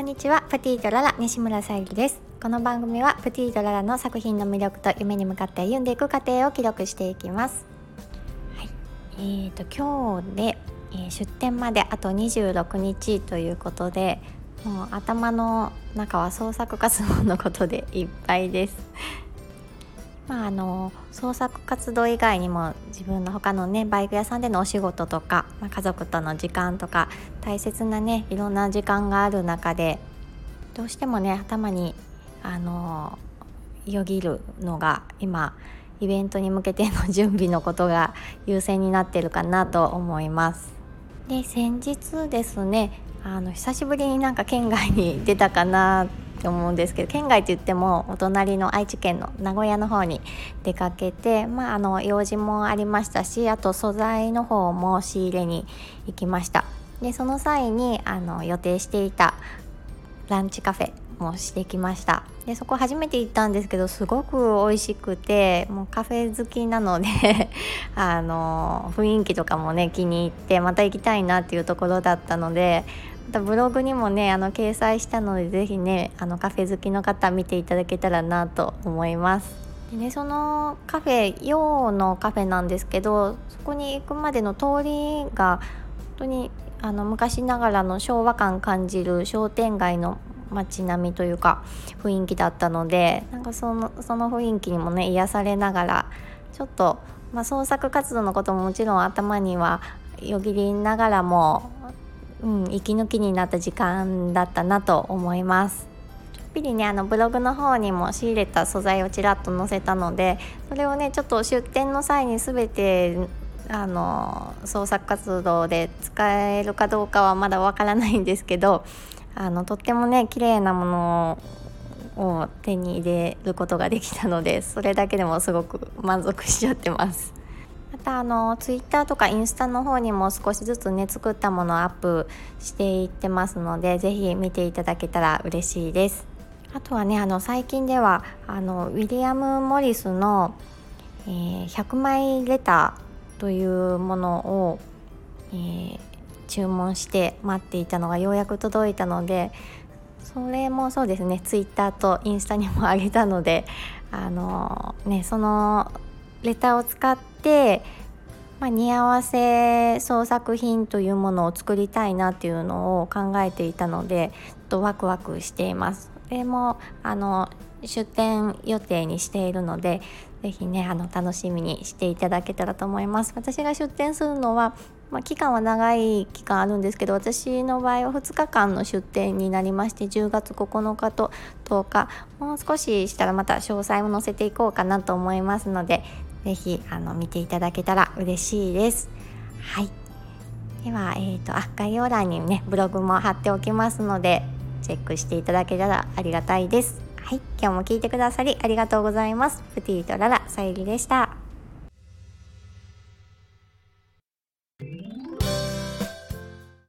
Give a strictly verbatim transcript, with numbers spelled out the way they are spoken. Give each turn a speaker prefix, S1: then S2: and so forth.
S1: にちは。プティとララ西村さゆりです。この番組はプティとララの作品の魅力と夢に向かって歩んでいく過程を記録していきます。はい、えーと今日で、えー、出展まであとにじゅうろくにちということで、もう頭の中は創作活動のことでいっぱいです。まあ、あの創作活動以外にも自分の他のねバイク屋さんでのお仕事とか、まあ、家族との時間とか大切なねいろんな時間がある中で、どうしてもね頭にあのよぎるのが今イベントに向けての準備のことが優先になってるかなと思います。で先日ですね、あの久しぶりになんか県外に出たかなと思うんですけど、県外って言ってもお隣の愛知県の名古屋の方に出かけて、まあ、あの用事もありましたし、あと素材の方も仕入れに行きました。でその際にあの予定していたランチカフェもしてきました。でそこ初めて行ったんですけど、すごく美味しくて、もうカフェ好きなのであの雰囲気とかもね気に入ってまた行きたいなっていうところだったので、またブログにもねあの掲載したので、ぜひねあのカフェ好きの方見ていただけたらなと思います。でね、そのカフェ洋のカフェなんですけど、そこに行くまでの通りが本当にあの昔ながらの昭和感感じる商店街の街並みというか雰囲気だったので、なんかそのその雰囲気にもね癒されながら、ちょっと、まあ、創作活動のことももちろん頭にはよぎりながらも、うん、息抜きになった時間だったなと思います。ちょっぴりねあのブログの方にも仕入れた素材をちらっと載せたので、それをねちょっと出店の際に全てあの創作活動で使えるかどうかはまだわからないんですけど、あのとってもね綺麗なものを手に入れることができたので、それだけでもすごく満足しちゃってます。またあのツイッターとかインスタの方にも少しずつね作ったものをアップしていってますので、ぜひ見ていただけたら嬉しいです。あとはねあの最近ではあのウィリアム・モリスの、えー、ひゃくまいレターというものを、えー、注文して待っていたのがようやく届いたので、それもそうですねツイッターとインスタにも上げたので、あのー、ねそのレターを使って、まあ、似合わせ創作品というものを作りたいなっていうのを考えていたので、ちょっとワクワクしています。でもあの出展予定にしているので、ぜひねあの楽しみにしていただけたらと思います。私が出展するのは、まあ、期間は長い期間あるんですけど、私の場合はふつかかんの出展になりまして、じゅうがつここのかととおか、もう少ししたらまた詳細も載せていこうかなと思いますので、ぜひあの見ていただけたら嬉しいです。はい、では、えーと、あ概要欄にねブログも貼っておきますので、チェックしていただけたらありがたいです。はい、今日も聞いてくださりありがとうございます。プティとララさゆりでした。